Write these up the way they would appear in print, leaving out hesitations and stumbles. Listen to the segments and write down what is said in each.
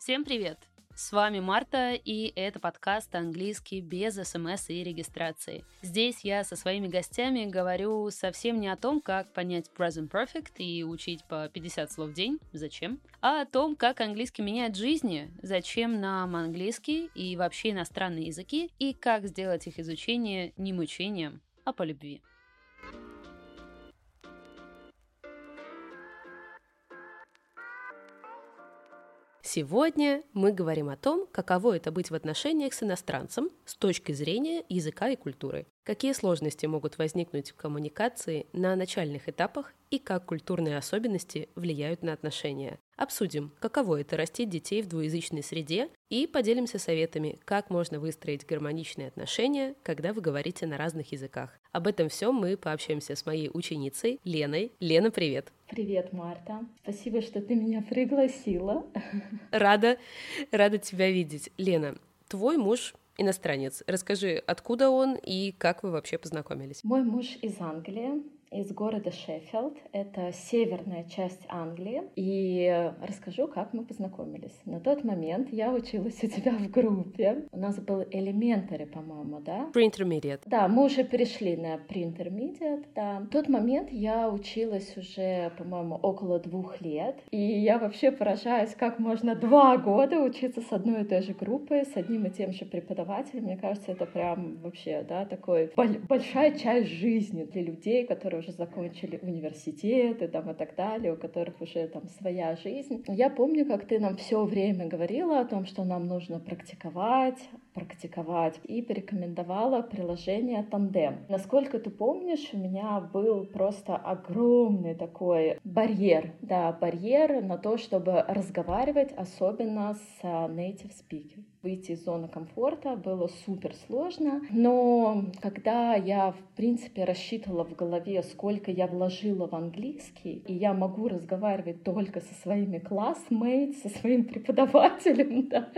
Всем привет! С вами Марта, и это подкаст «Английский без СМС и регистрации». Здесь я со своими гостями говорю совсем не о том, как понять present perfect и учить по 50 слов в день, зачем, а о том, как английский меняет жизни, зачем нам английский и вообще иностранные языки, и как сделать их изучение не мучением, а по любви. Сегодня мы говорим о том, каково это быть в отношениях с иностранцем с точки зрения языка и культуры. Какие сложности могут возникнуть в коммуникации на начальных этапах и как культурные особенности влияют на отношения. Обсудим, каково это растить детей в двуязычной среде, и поделимся советами, как можно выстроить гармоничные отношения, когда вы говорите на разных языках. Об этом всем мы пообщаемся с моей ученицей Леной. Лена, привет! Привет, Марта. Спасибо, что ты меня пригласила. Рада тебя видеть. Лена, твой муж иностранец. Расскажи, откуда он и как вы вообще познакомились? Мой муж из Англии, из города Шеффилд. Это северная часть Англии. И расскажу, как мы познакомились. На тот момент я училась у тебя в группе. У нас был elementary, по-моему, да? Pre-intermediate. Да, мы уже перешли на pre-intermediate, да. В тот момент я училась уже, по-моему, около 2 лет. И я вообще поражаюсь, как можно 2 года учиться с одной и той же группой, с одним и тем же преподавателем. Мне кажется, это прям вообще, да, такой большая часть жизни для людей, которые уже закончили университеты там, и так далее, у которых уже там своя жизнь. Я помню, как ты нам все время говорила о том, что нам нужно практиковать, и порекомендовала приложение Tandem. Насколько ты помнишь, у меня был просто огромный такой барьер на то, чтобы разговаривать, особенно с native speaker. Выйти из зоны комфорта было супер сложно, но когда я, в принципе, рассчитывала в голове, сколько я вложила в английский, и я могу разговаривать только со своими classmates, со своим преподавателем, да.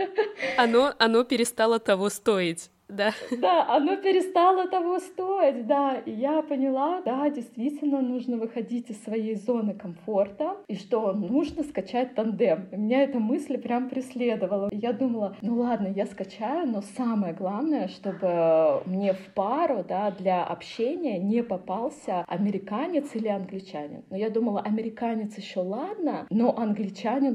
Оно перестало того стоить. Да. Да, оно перестало того стоить, да, и я поняла, да, действительно нужно выходить из своей зоны комфорта, и что нужно скачать Tandem. И меня эта мысль прям преследовала. И я думала, ну ладно, я скачаю, но самое главное, чтобы мне в пару, да, для общения не попался американец или англичанин. Но я думала, американец еще ладно, но англичанин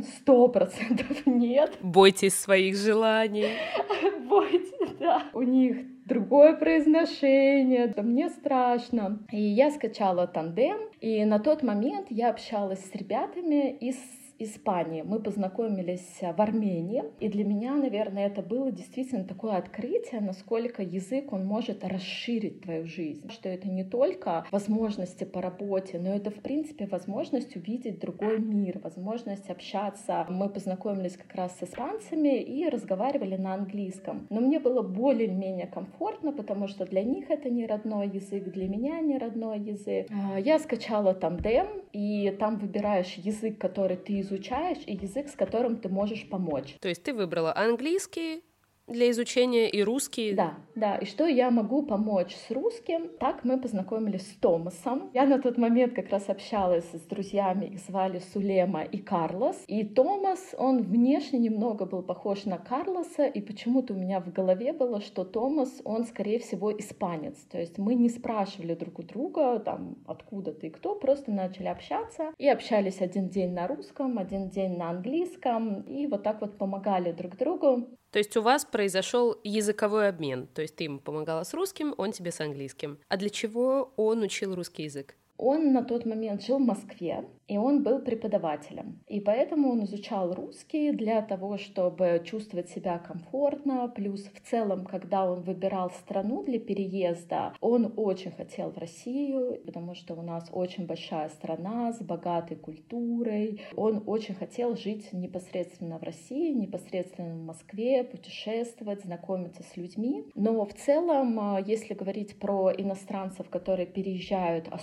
100% нет. Бойтесь своих желаний. Бойтесь, да. У них другое произношение, да, мне страшно. И я скачала Tandem, и на тот момент я общалась с ребятами из Испании. Мы познакомились в Армении, и для меня, наверное, это было действительно такое открытие, насколько язык, он может расширить твою жизнь. Что это не только возможности по работе, но это, в принципе, возможность увидеть другой мир, возможность общаться. Мы познакомились как раз с испанцами и разговаривали на английском. Но мне было более-менее комфортно, потому что для них это не родной язык, для меня не родной язык. Я скачала Tandem, и там выбираешь язык, который ты изучаешь, и язык, с которым ты можешь помочь. То есть ты выбрала английский для изучения и русский. Да. И что я могу помочь с русским? Так мы познакомились с Томасом. Я на тот момент как раз общалась с друзьями, их звали Сулема и Карлос. И Томас, он внешне немного был похож на Карлоса, и почему-то у меня в голове было, что Томас, он, скорее всего, испанец. То есть мы не спрашивали друг у друга, там, откуда ты и кто, просто начали общаться. И общались один день на русском, один день на английском, и вот так вот помогали друг другу. То есть у вас произошел языковой обмен, то есть ты ему помогала с русским, он тебе с английским. А для чего он учил русский язык? Он на тот момент жил в Москве, и он был преподавателем. И поэтому он изучал русский для того, чтобы чувствовать себя комфортно. Плюс в целом, когда он выбирал страну для переезда, он очень хотел в Россию, потому что у нас очень большая страна с богатой культурой. Он очень хотел жить непосредственно в России, непосредственно в Москве, путешествовать, знакомиться с людьми. Но в целом, если говорить про иностранцев, которые переезжают особенно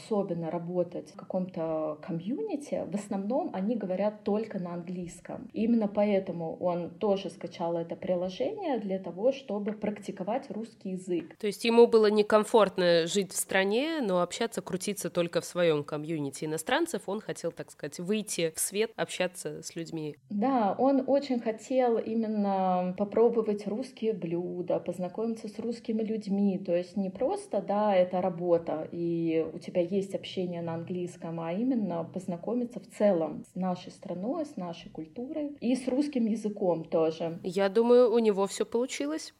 именно работать в каком-то комьюнити, в основном они говорят только на английском. И именно поэтому он тоже скачал это приложение для того, чтобы практиковать русский язык. То есть ему было некомфортно жить в стране, но общаться, крутиться только в своем комьюнити иностранцев. Он хотел, так сказать, выйти в свет, общаться с людьми. Да, он очень хотел именно попробовать русские блюда, познакомиться с русскими людьми. То есть не просто, да, это работа, и у тебя есть общение на английском, а именно познакомиться в целом с нашей страной, с нашей культурой и с русским языком тоже. Я думаю, у него все получилось.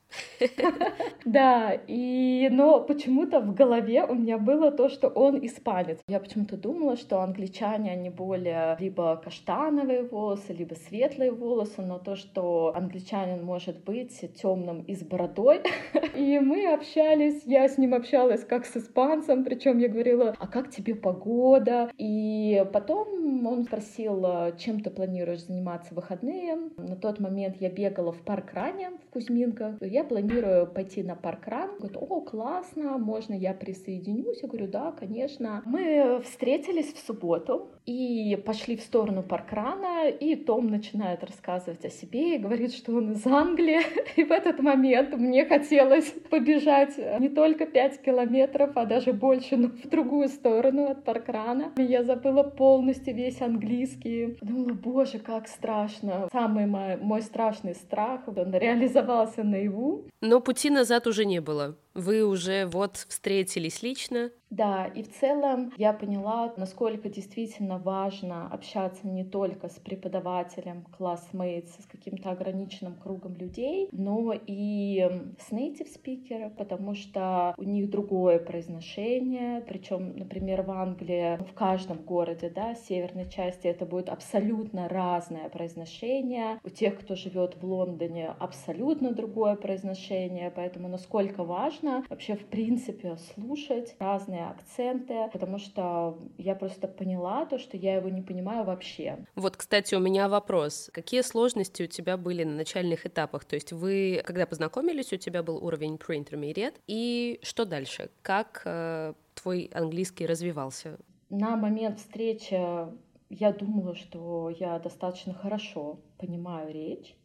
Да, но почему-то в голове у меня было то, что он испанец. Я почему-то думала, что англичане, они более либо каштановые волосы, либо светлые волосы, но то, что англичанин может быть темным и с бородой. И мы общались, я с ним общалась как с испанцем, причем я говорила: а как тебе погода? И потом он спросил, чем ты планируешь заниматься в выходные. На тот момент я бегала в паркране в Кузьминках. Я планирую пойти на паркран. Он говорит: о, классно, можно я присоединюсь? Я говорю: да, конечно. Мы встретились в субботу и пошли в сторону паркрана, и Том начинает рассказывать о себе и говорит, что он из Англии. И в этот момент мне хотелось побежать не только 5 километров, а даже больше, но в другую сторону от паркрана. И я забыла полностью весь английский. Думала: боже, как страшно. Самый мой страшный страх, он реализовался наяву. Но пути назад уже не было. Вы уже встретились лично. Да, и в целом я поняла, насколько действительно важно общаться не только с преподавателем, classmates, с каким-то ограниченным кругом людей, но и с native speaker, потому что у них другое произношение. Причем, например, в Англии, в каждом городе, да, северной части это будет абсолютно разное произношение. У тех, кто живет в Лондоне, абсолютно другое произношение, поэтому насколько важно вообще в принципе слушать разные акценты, потому что я просто поняла то, что я его не понимаю вообще. Вот, кстати, у меня вопрос. Какие сложности у тебя были на начальных этапах? То есть вы, когда познакомились, у тебя был уровень pre-intermediate, и что дальше? Как твой английский развивался? На момент встречи я думала, что я достаточно хорошо понимаю речь.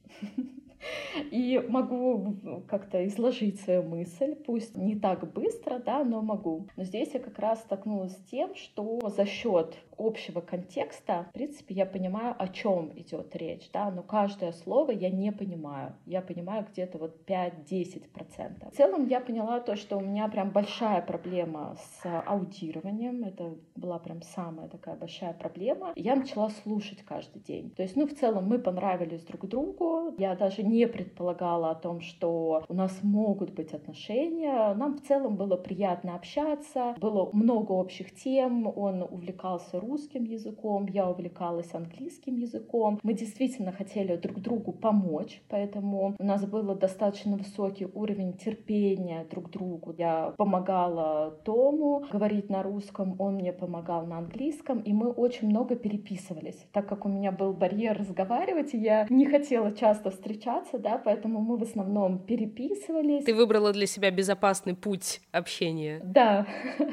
И могу как-то изложить свою мысль, пусть не так быстро, да, но могу. Но здесь я как раз столкнулась с тем, что за счет общего контекста, в принципе, я понимаю, о чем идет речь, да, но каждое слово я не понимаю. Я понимаю где-то 5-10%. В целом я поняла то, что у меня прям большая проблема с аудированием. Это была прям самая такая большая проблема. И я начала слушать каждый день. То есть, в целом мы понравились друг другу. Я даже не предполагала о том, что у нас могут быть отношения. Нам в целом было приятно общаться. Было много общих тем. Он увлекался русским языком, я увлекалась английским языком. Мы действительно хотели друг другу помочь, поэтому у нас был достаточно высокий уровень терпения друг другу. Я помогала Тому говорить на русском, он мне помогал на английском, и мы очень много переписывались. Так как у меня был барьер разговаривать, и я не хотела часто встречаться, да, поэтому мы в основном переписывались. Ты выбрала для себя безопасный путь общения. Да,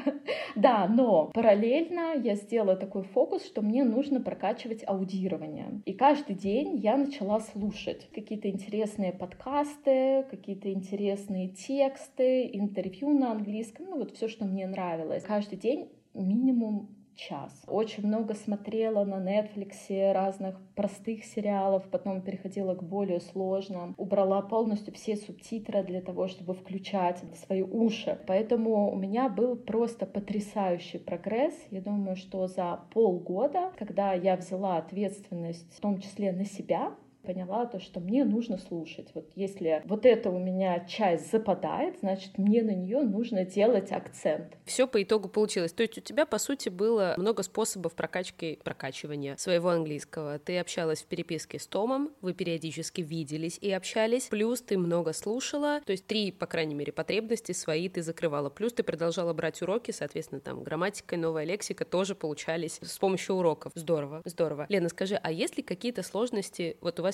да, но параллельно я сделала такой фокус, что мне нужно прокачивать аудирование. И каждый день я начала слушать какие-то интересные подкасты, какие-то интересные тексты, интервью на английском, все, что мне нравилось. Каждый день минимум час. Очень много смотрела на Netflix разных простых сериалов, потом переходила к более сложным. Убрала полностью все субтитры для того, чтобы включать свои уши. Поэтому у меня был просто потрясающий прогресс. Я думаю, что за полгода, когда я взяла ответственность, в том числе на себя, поняла то, что мне нужно слушать. Если это у меня часть западает, значит, мне на нее нужно делать акцент. Все по итогу получилось. То есть у тебя, по сути, было много способов прокачивания своего английского. Ты общалась в переписке с Томом, вы периодически виделись и общались, плюс ты много слушала, то есть 3, по крайней мере, потребности свои ты закрывала, плюс ты продолжала брать уроки, соответственно, там грамматика и новая лексика тоже получались с помощью уроков. Здорово, здорово. Лена, скажи, а есть ли какие-то сложности, у вас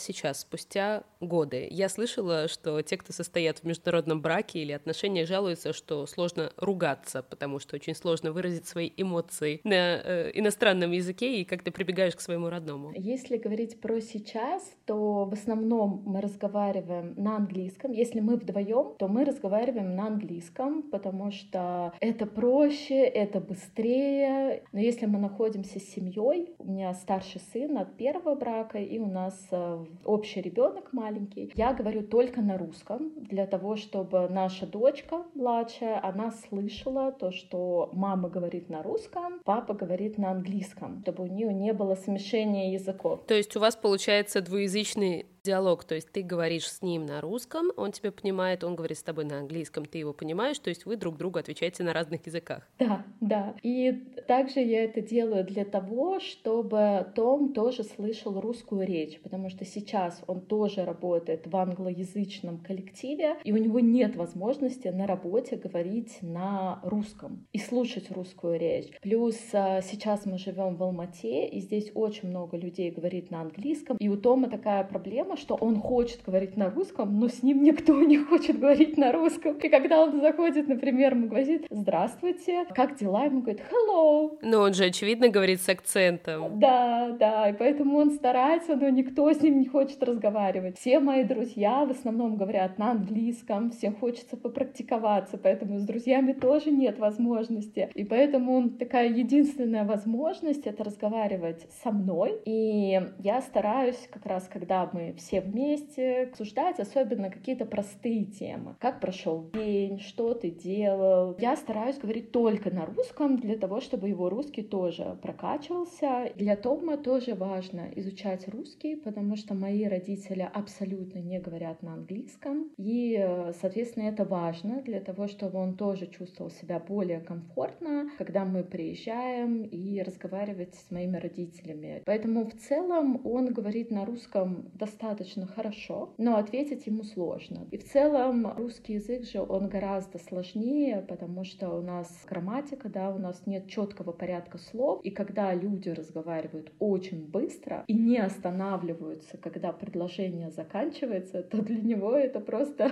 сейчас, спустя годы? Я слышала, что те, кто состоят в международном браке или отношениях, жалуются, что сложно ругаться, потому что очень сложно выразить свои эмоции на иностранном языке, и как ты прибегаешь к своему родному. Если говорить про сейчас, то в основном мы разговариваем на английском. Если мы вдвоем, то мы разговариваем на английском, потому что это проще, это быстрее. Но если мы находимся с семьей, у меня старший сын от первого брака, и у нас общий ребенок маленький, я говорю только на русском, для того, чтобы наша дочка младшая, она слышала то, что мама говорит на русском, папа говорит на английском, чтобы у нее не было смешения языков. То есть у вас получается двуязычный диалог, то есть ты говоришь с ним на русском, он тебя понимает, он говорит с тобой на английском, ты его понимаешь, то есть вы друг другу отвечаете на разных языках. Да, да. И также я это делаю для того, чтобы Том тоже слышал русскую речь, потому что сейчас он тоже работает в англоязычном коллективе, и у него нет возможности на работе говорить на русском и слушать русскую речь. Плюс сейчас мы живем в Алмате, и здесь очень много людей говорит на английском, и у Тома такая проблема, что он хочет говорить на русском, но с ним никто не хочет говорить на русском. И когда он заходит, например, в магазин: «Здравствуйте, как дела?» Ему говорит «Hello». Но он же, очевидно, говорит с акцентом. Да, да, и поэтому он старается, но никто с ним не хочет разговаривать. Все мои друзья в основном говорят на английском, всем хочется попрактиковаться, поэтому с друзьями тоже нет возможности. И поэтому такая единственная возможность — это разговаривать со мной. И я стараюсь как раз, когда мы все вместе, обсуждать особенно какие-то простые темы. Как прошел день, что ты делал. Я стараюсь говорить только на русском для того, чтобы его русский тоже прокачивался. Для Тома тоже важно изучать русский, потому что мои родители абсолютно не говорят на английском. И, соответственно, это важно для того, чтобы он тоже чувствовал себя более комфортно, когда мы приезжаем, и разговаривать с моими родителями. Поэтому в целом он говорит на русском достаточно хорошо, но ответить ему сложно. И в целом русский язык же он гораздо сложнее, потому что у нас грамматика, да, у нас нет четкого порядка слов, и когда люди разговаривают очень быстро и не останавливаются, когда предложение заканчивается, то для него это просто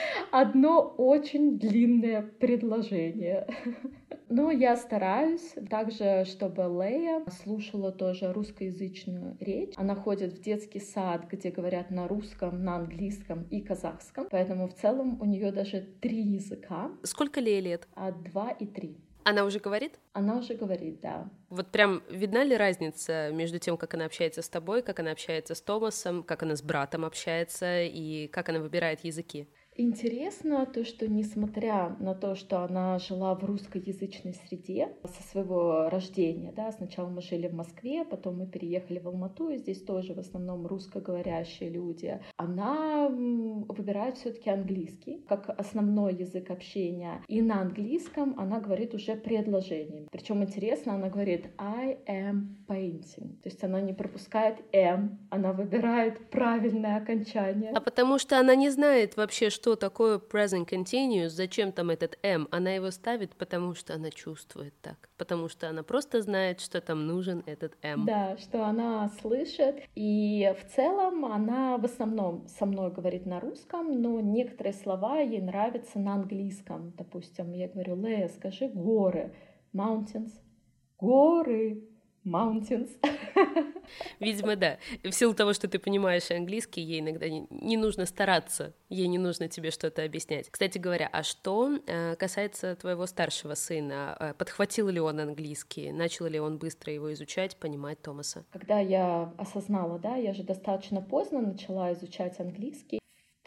одно очень длинное предложение. Но я стараюсь также, чтобы Лея слушала тоже русскоязычную речь. Она ходит в детский сад, где говорят на русском, на английском и казахском. Поэтому в целом у нее даже 3 языка. Сколько Лее лет? 2 и 3. Она уже говорит? Она уже говорит, да. Вот прям видна ли разница между тем, как она общается с тобой, как она общается с Томасом, как она с братом общается и как она выбирает языки? Интересно то, что несмотря на то, что она жила в русскоязычной среде со своего рождения, да, сначала мы жили в Москве, потом мы переехали в Алмату, и здесь тоже в основном русскоговорящие люди, она выбирает все-таки английский как основной язык общения, и на английском она говорит уже предложениями. Причем интересно, она говорит I am painting, то есть она не пропускает am, она выбирает правильное окончание. А потому что она не знает вообще, что такое present continuous, зачем там этот am, она его ставит, потому что она чувствует так, потому что она просто знает, что там нужен этот am. Да, что она слышит, и в целом она в основном со мной говорит на русском, но некоторые слова ей нравятся на английском. Допустим, я говорю: Лея, скажи горы, mountains, горы, mountains. Видимо, да. В силу того, что ты понимаешь английский, ей иногда не нужно стараться, ей не нужно тебе что-то объяснять. Кстати говоря, а что касается твоего старшего сына? Подхватил ли он английский? Начал ли он быстро его изучать, понимать Томаса? Когда я осознала, да, я же достаточно поздно начала изучать английский, в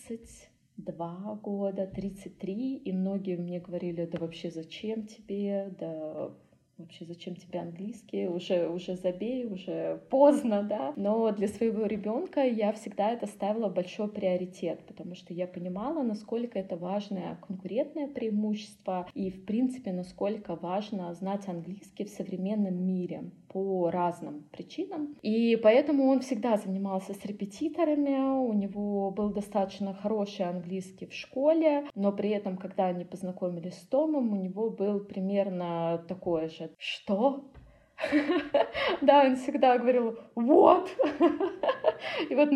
32 года, 33, и многие мне говорили: да вообще зачем тебе, да вообще зачем тебе английский, уже забей, уже поздно, да. Но для своего ребенка я всегда это ставила большой приоритет, потому что я понимала, насколько это важное конкурентное преимущество и, в принципе, насколько важно знать английский в современном мире по разным причинам. И поэтому он всегда занимался с репетиторами, у него был достаточно хороший английский в школе, но при этом, когда они познакомились с Томом, у него был примерно такой же: что? Да, он всегда говорил: вот. И вот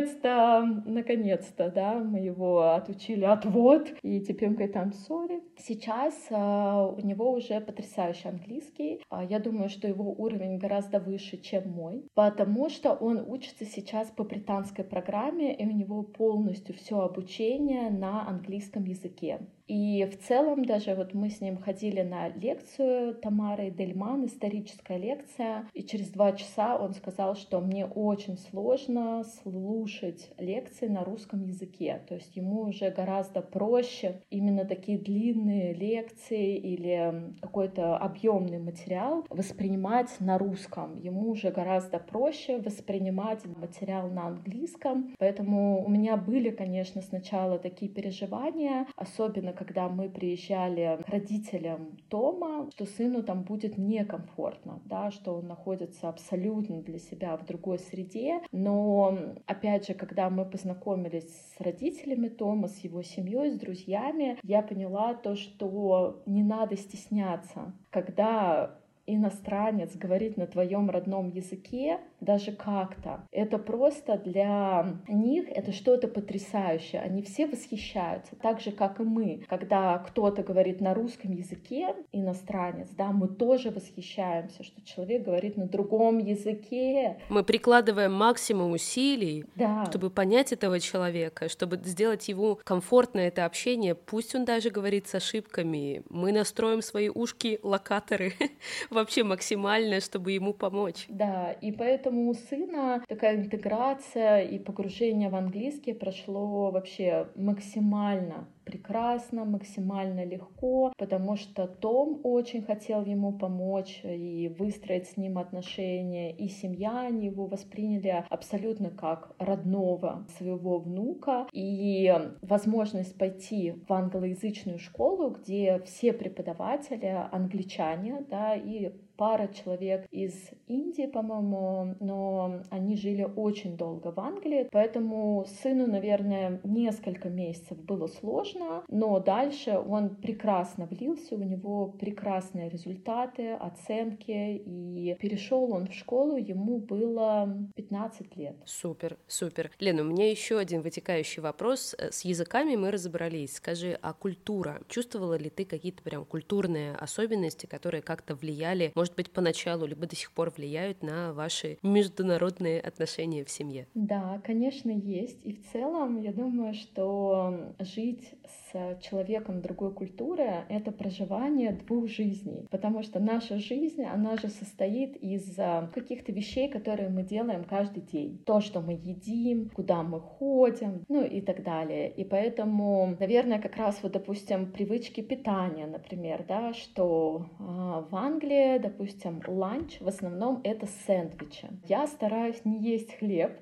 наконец-то, да, мы его отучили отвод, и теперь он говорит, I'm sorry. Сейчас у него уже потрясающий английский. Я думаю, что его уровень гораздо выше, чем мой, потому что он учится сейчас по британской программе, и у него полностью все обучение на английском языке. И в целом даже вот мы с ним ходили на лекцию Тамары Дельман, историческая лекция, и через 2 часа он сказал, что мне очень сложно слушать лекции на русском языке. То есть ему уже гораздо проще именно такие длинные лекции или какой-то объемный материал воспринимать на русском. Ему уже гораздо проще воспринимать материал на английском. Поэтому у меня были, конечно, сначала такие переживания, особенно когда мы приезжали к родителям Тома, что сыну там будет некомфортно, да, что он находится абсолютно для себя в другой среде. Но, опять же, когда мы познакомились с родителями Тома, с его семьей, с друзьями, я поняла то, что не надо стесняться, когда иностранец говорит на твоем родном языке, даже как-то, это просто для них это что-то потрясающее. Они все восхищаются, так же, как и мы. Когда кто-то говорит на русском языке, иностранец, да, мы тоже восхищаемся, что человек говорит на другом языке. Мы прикладываем максимум усилий, да, чтобы понять этого человека, чтобы сделать ему комфортное это общение. Пусть он даже говорит с ошибками. Мы настроим свои ушки-локаторы вообще максимально, чтобы ему помочь. Да, и поэтому у сына такая интеграция и погружение в английский прошло вообще максимально прекрасно, максимально легко, потому что Том очень хотел ему помочь и выстроить с ним отношения, и семья, они его восприняли абсолютно как родного своего внука, и возможность пойти в англоязычную школу, где все преподаватели англичане, да, и пара человек из Индии, по-моему, но они жили очень долго в Англии, поэтому сыну, наверное, несколько месяцев было сложно, но дальше он прекрасно влился, у него прекрасные результаты, оценки, и перешел он в школу, ему было 15 лет. Супер, супер. Лена, у меня еще один вытекающий вопрос. С языками мы разобрались. Скажи, а культура? Чувствовала ли ты какие-то прям культурные особенности, которые как-то влияли, может быть, поначалу, либо до сих пор влияют на ваши международные отношения в семье? Да, конечно, есть. И в целом, я думаю, что жить с человеком другой культуры — это проживание 2 жизней. Потому что наша жизнь, она же состоит из каких-то вещей, которые мы делаем каждый день. То, что мы едим, куда мы ходим, ну и так далее. И поэтому, наверное, как раз вот, допустим, привычки питания, например, да, что в Англии, допустим, ланч в основном это сэндвичи. Я стараюсь не есть хлеб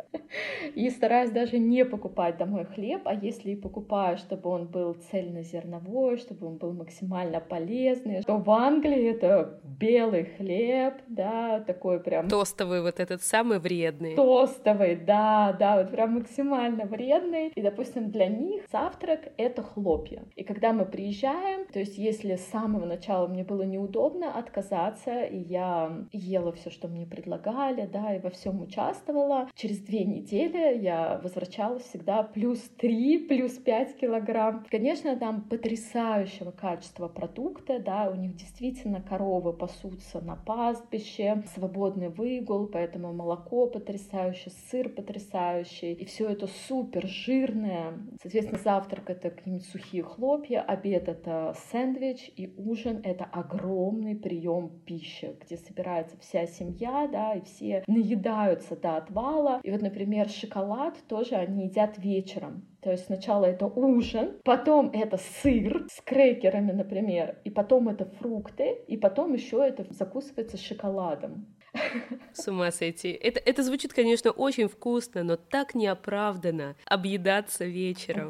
и стараюсь даже не покупать домой хлеб, а если и покупаю, чтобы он был цельнозерновой, чтобы он был максимально полезный, то в Англии это белый хлеб, да, такой прям... Тостовый вот этот самый вредный. Тостовый, да, вот прям максимально вредный. И, допустим, для них завтрак — это хлопья. И когда мы приезжаем, то есть если с самого начала мне было неудобно отказаться, и я ела все, что мне предлагали, да, и во всем участвовала, через 2 недели я возвращалась всегда +3, +5 килограмм. Конечно, там потрясающего качества продукты, да, у них действительно коровы пасутся на пастбище, свободный выгул, поэтому молоко потрясающее, сыр потрясающий, и все это супер жирное. Соответственно, завтрак — это какие-нибудь сухие хлопья, обед — это сэндвич, и ужин — это огромный прием пищи, где собирается вся семья, да, и все наедаются до отвала. И вот, например, шоколад тоже они едят вечером. То есть сначала это ужин, потом это сыр с крекерами, например, и потом это фрукты, и потом еще это закусывается шоколадом. С ума сойти. Это звучит, конечно, очень вкусно, но так неоправданно объедаться вечером.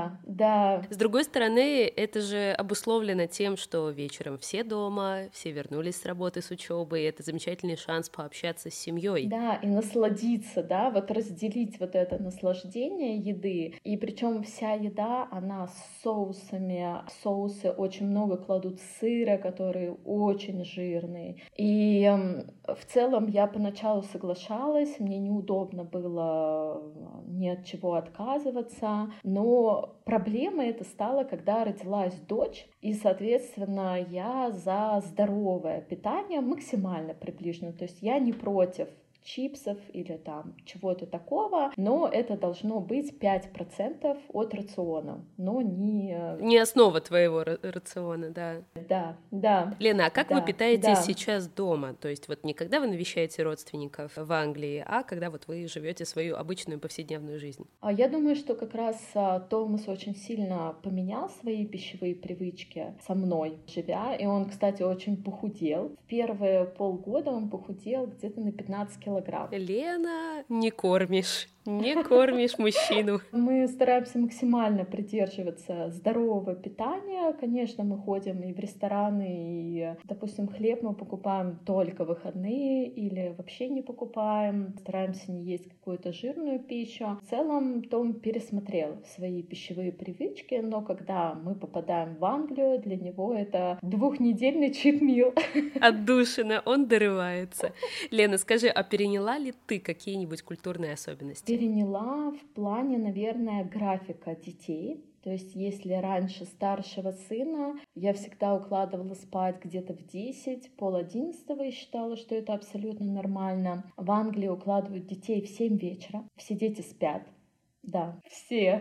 Да. С другой стороны, это же обусловлено тем, что вечером все дома, все вернулись с работы, с учебы, и это замечательный шанс пообщаться с семьей. Да, и насладиться, да, вот разделить вот это наслаждение еды. И причем вся еда, она с соусами. Соусы очень много кладут сыра, который очень жирный. И в целом я поначалу соглашалась, мне неудобно было ни от чего отказываться, но проблемой это стало, когда родилась дочь, и, соответственно, я за здоровое питание максимально приближено, то есть я не против чипсов или там чего-то такого, но это должно быть 5% от рациона, но не основа твоего рациона, да. Да. Лена, а как вы питаетесь да. сейчас дома? То есть вот не когда вы навещаете родственников в Англии, а когда вот вы живете свою обычную повседневную жизнь? Я думаю, что как раз Томас очень сильно поменял свои пищевые привычки со мной, живя, и он, кстати, очень похудел. В первые полгода он похудел где-то на 15 килограмм. Лена, не кормишь мужчину. Мы стараемся максимально придерживаться здорового питания. Конечно, мы ходим и в рестораны, и, допустим, хлеб мы покупаем только в выходные или вообще не покупаем. Стараемся не есть какую-то жирную пищу. В целом, Том пересмотрел свои пищевые привычки, но когда мы попадаем в Англию, для него это 2-недельный чит-мил. Отдушина, он дорывается. Лена, скажи, а переняла ли ты какие-нибудь культурные особенности? Переняла в плане, наверное, графика детей. То есть если раньше старшего сына я всегда укладывала спать где-то в 10, 10:30 и считала, что это абсолютно нормально. В Англии укладывают детей в 7 вечера. Все дети спят. Да, все.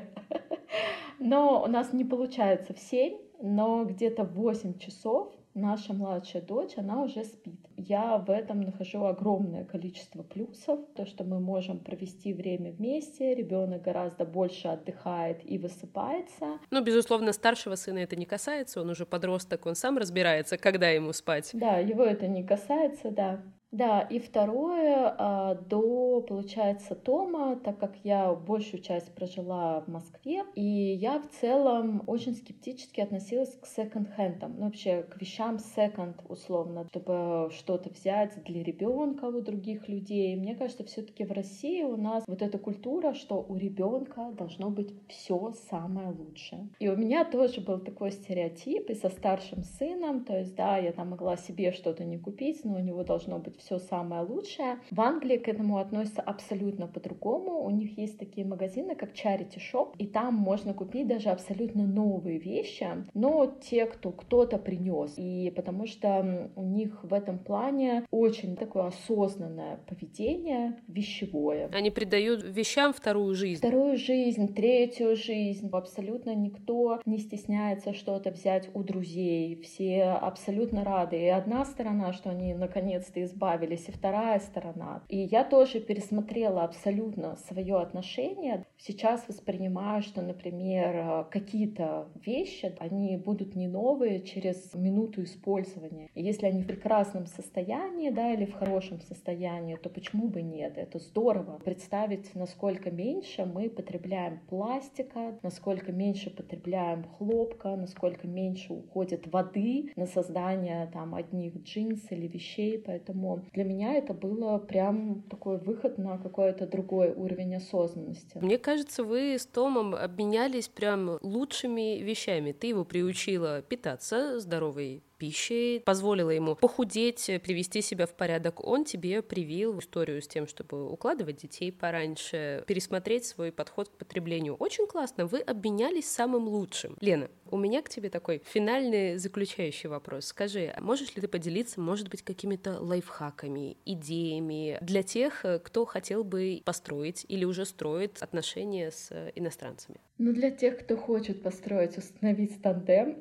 Но у нас не получается в 7, но где-то в 8 часов наша младшая дочь, она уже спит. Я в этом нахожу огромное количество плюсов. То, что мы можем провести время вместе, ребенок гораздо больше отдыхает и высыпается. Ну, безусловно, старшего сына это не касается, он уже подросток, он сам разбирается, когда ему спать. Да, его это не касается, да. Да, и второе, до, получается, Тома, так как я большую часть прожила в Москве, и я в целом очень скептически относилась к секонд-хендам, ну, вообще к вещам секонд, условно, чтобы что-то взять для ребенка у других людей. Мне кажется, все-таки в России у нас вот эта культура, что у ребенка должно быть все самое лучшее. И у меня тоже был такой стереотип, и со старшим сыном, то есть, да, я там могла себе что-то не купить, но у него должно быть все самое лучшее. В Англии к этому относятся абсолютно по-другому. У них есть такие магазины, как Charity Shop, и там можно купить даже абсолютно новые вещи, но те, кто-то принес. И потому что у них в этом плане очень такое осознанное поведение, вещевое. Они придают вещам вторую жизнь. Вторую жизнь, третью жизнь. Абсолютно никто не стесняется что-то взять у друзей. Все абсолютно рады. И одна сторона, что они наконец-то избавились, и вторая сторона. И я тоже пересмотрела абсолютно свое отношение. Сейчас воспринимаю, что, например, какие-то вещи, они будут не новые через минуту использования. И если они в прекрасном состоянии, да, или в хорошем состоянии, то почему бы нет? Это здорово. Представить, насколько меньше мы потребляем пластика, насколько меньше потребляем хлопка, насколько меньше уходит воды на создание там одних джинс или вещей. Поэтому для меня это было прям такой выход на какой-то другой уровень осознанности. Мне кажется, вы с Томом обменялись прям лучшими вещами. Ты его приучила питаться здоровой пищей, позволила ему похудеть, привести себя в порядок. Он тебе привил историю с тем, чтобы укладывать детей пораньше, пересмотреть свой подход к потреблению. Очень классно, вы обменялись самым лучшим. Лена, у меня к тебе такой финальный заключающий вопрос. Скажи, можешь ли ты поделиться, может быть, какими-то лайфхаками, идеями для тех, кто хотел бы построить или уже строит отношения с иностранцами? Ну, для тех, кто хочет построить, установить тандем.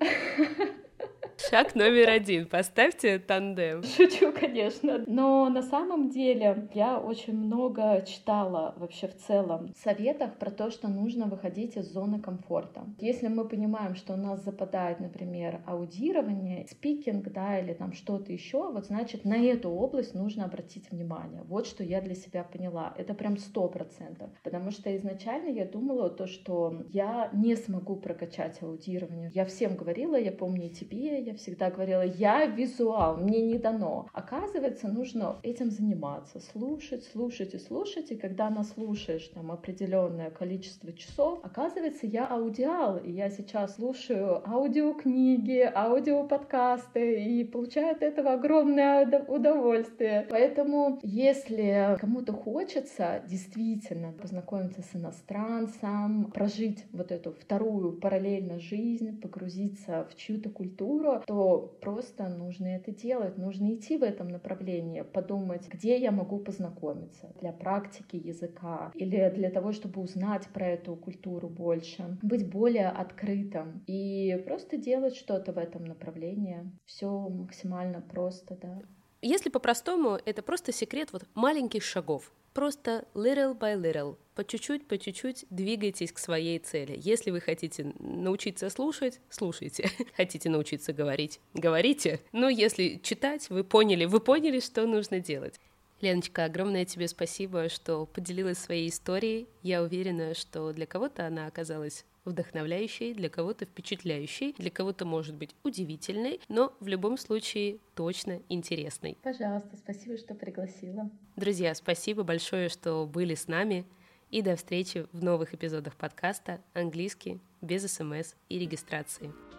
Шаг номер 1. Поставьте тандем. Шучу, конечно. Но на самом деле я очень много читала вообще в целом советов про то, что нужно выходить из зоны комфорта. Если мы понимаем, что у нас западает, например, аудирование, спикинг, да, или там что-то еще, вот значит на эту область нужно обратить внимание. Вот что я для себя поняла. Это прям 100%. Потому что изначально я думала то, что я не смогу прокачать аудирование. Я всем говорила, я помню и тебе, я всегда говорила, я визуал, мне не дано. Оказывается, нужно этим заниматься, слушать, слушать и слушать, и когда наслушаешь там определенное количество часов, оказывается, я аудиал, и я сейчас слушаю аудиокниги, аудиоподкасты, и получаю от этого огромное удовольствие. Поэтому, если кому-то хочется действительно познакомиться с иностранцем, прожить вот эту вторую параллельно жизнь, погрузиться в чью-то культуру, то просто нужно это делать, нужно идти в этом направлении, подумать, где я могу познакомиться для практики языка или для того, чтобы узнать про эту культуру больше, быть более открытым и просто делать что-то в этом направлении. Все максимально просто, да. Если по-простому, это просто секрет вот маленьких шагов. Просто little by little, по чуть-чуть двигайтесь к своей цели. Если вы хотите научиться слушать, слушайте. Хотите научиться говорить, говорите. Но если читать, вы поняли, что нужно делать. Леночка, огромное тебе спасибо, что поделилась своей историей. Я уверена, что для кого-то она оказалась вдохновляющей, для кого-то впечатляющей, для кого-то, может быть, удивительной, но в любом случае точно интересной. Пожалуйста, спасибо, что пригласила. Друзья, спасибо большое, что были с нами, и до встречи в новых эпизодах подкаста «Английский без СМС и регистрации».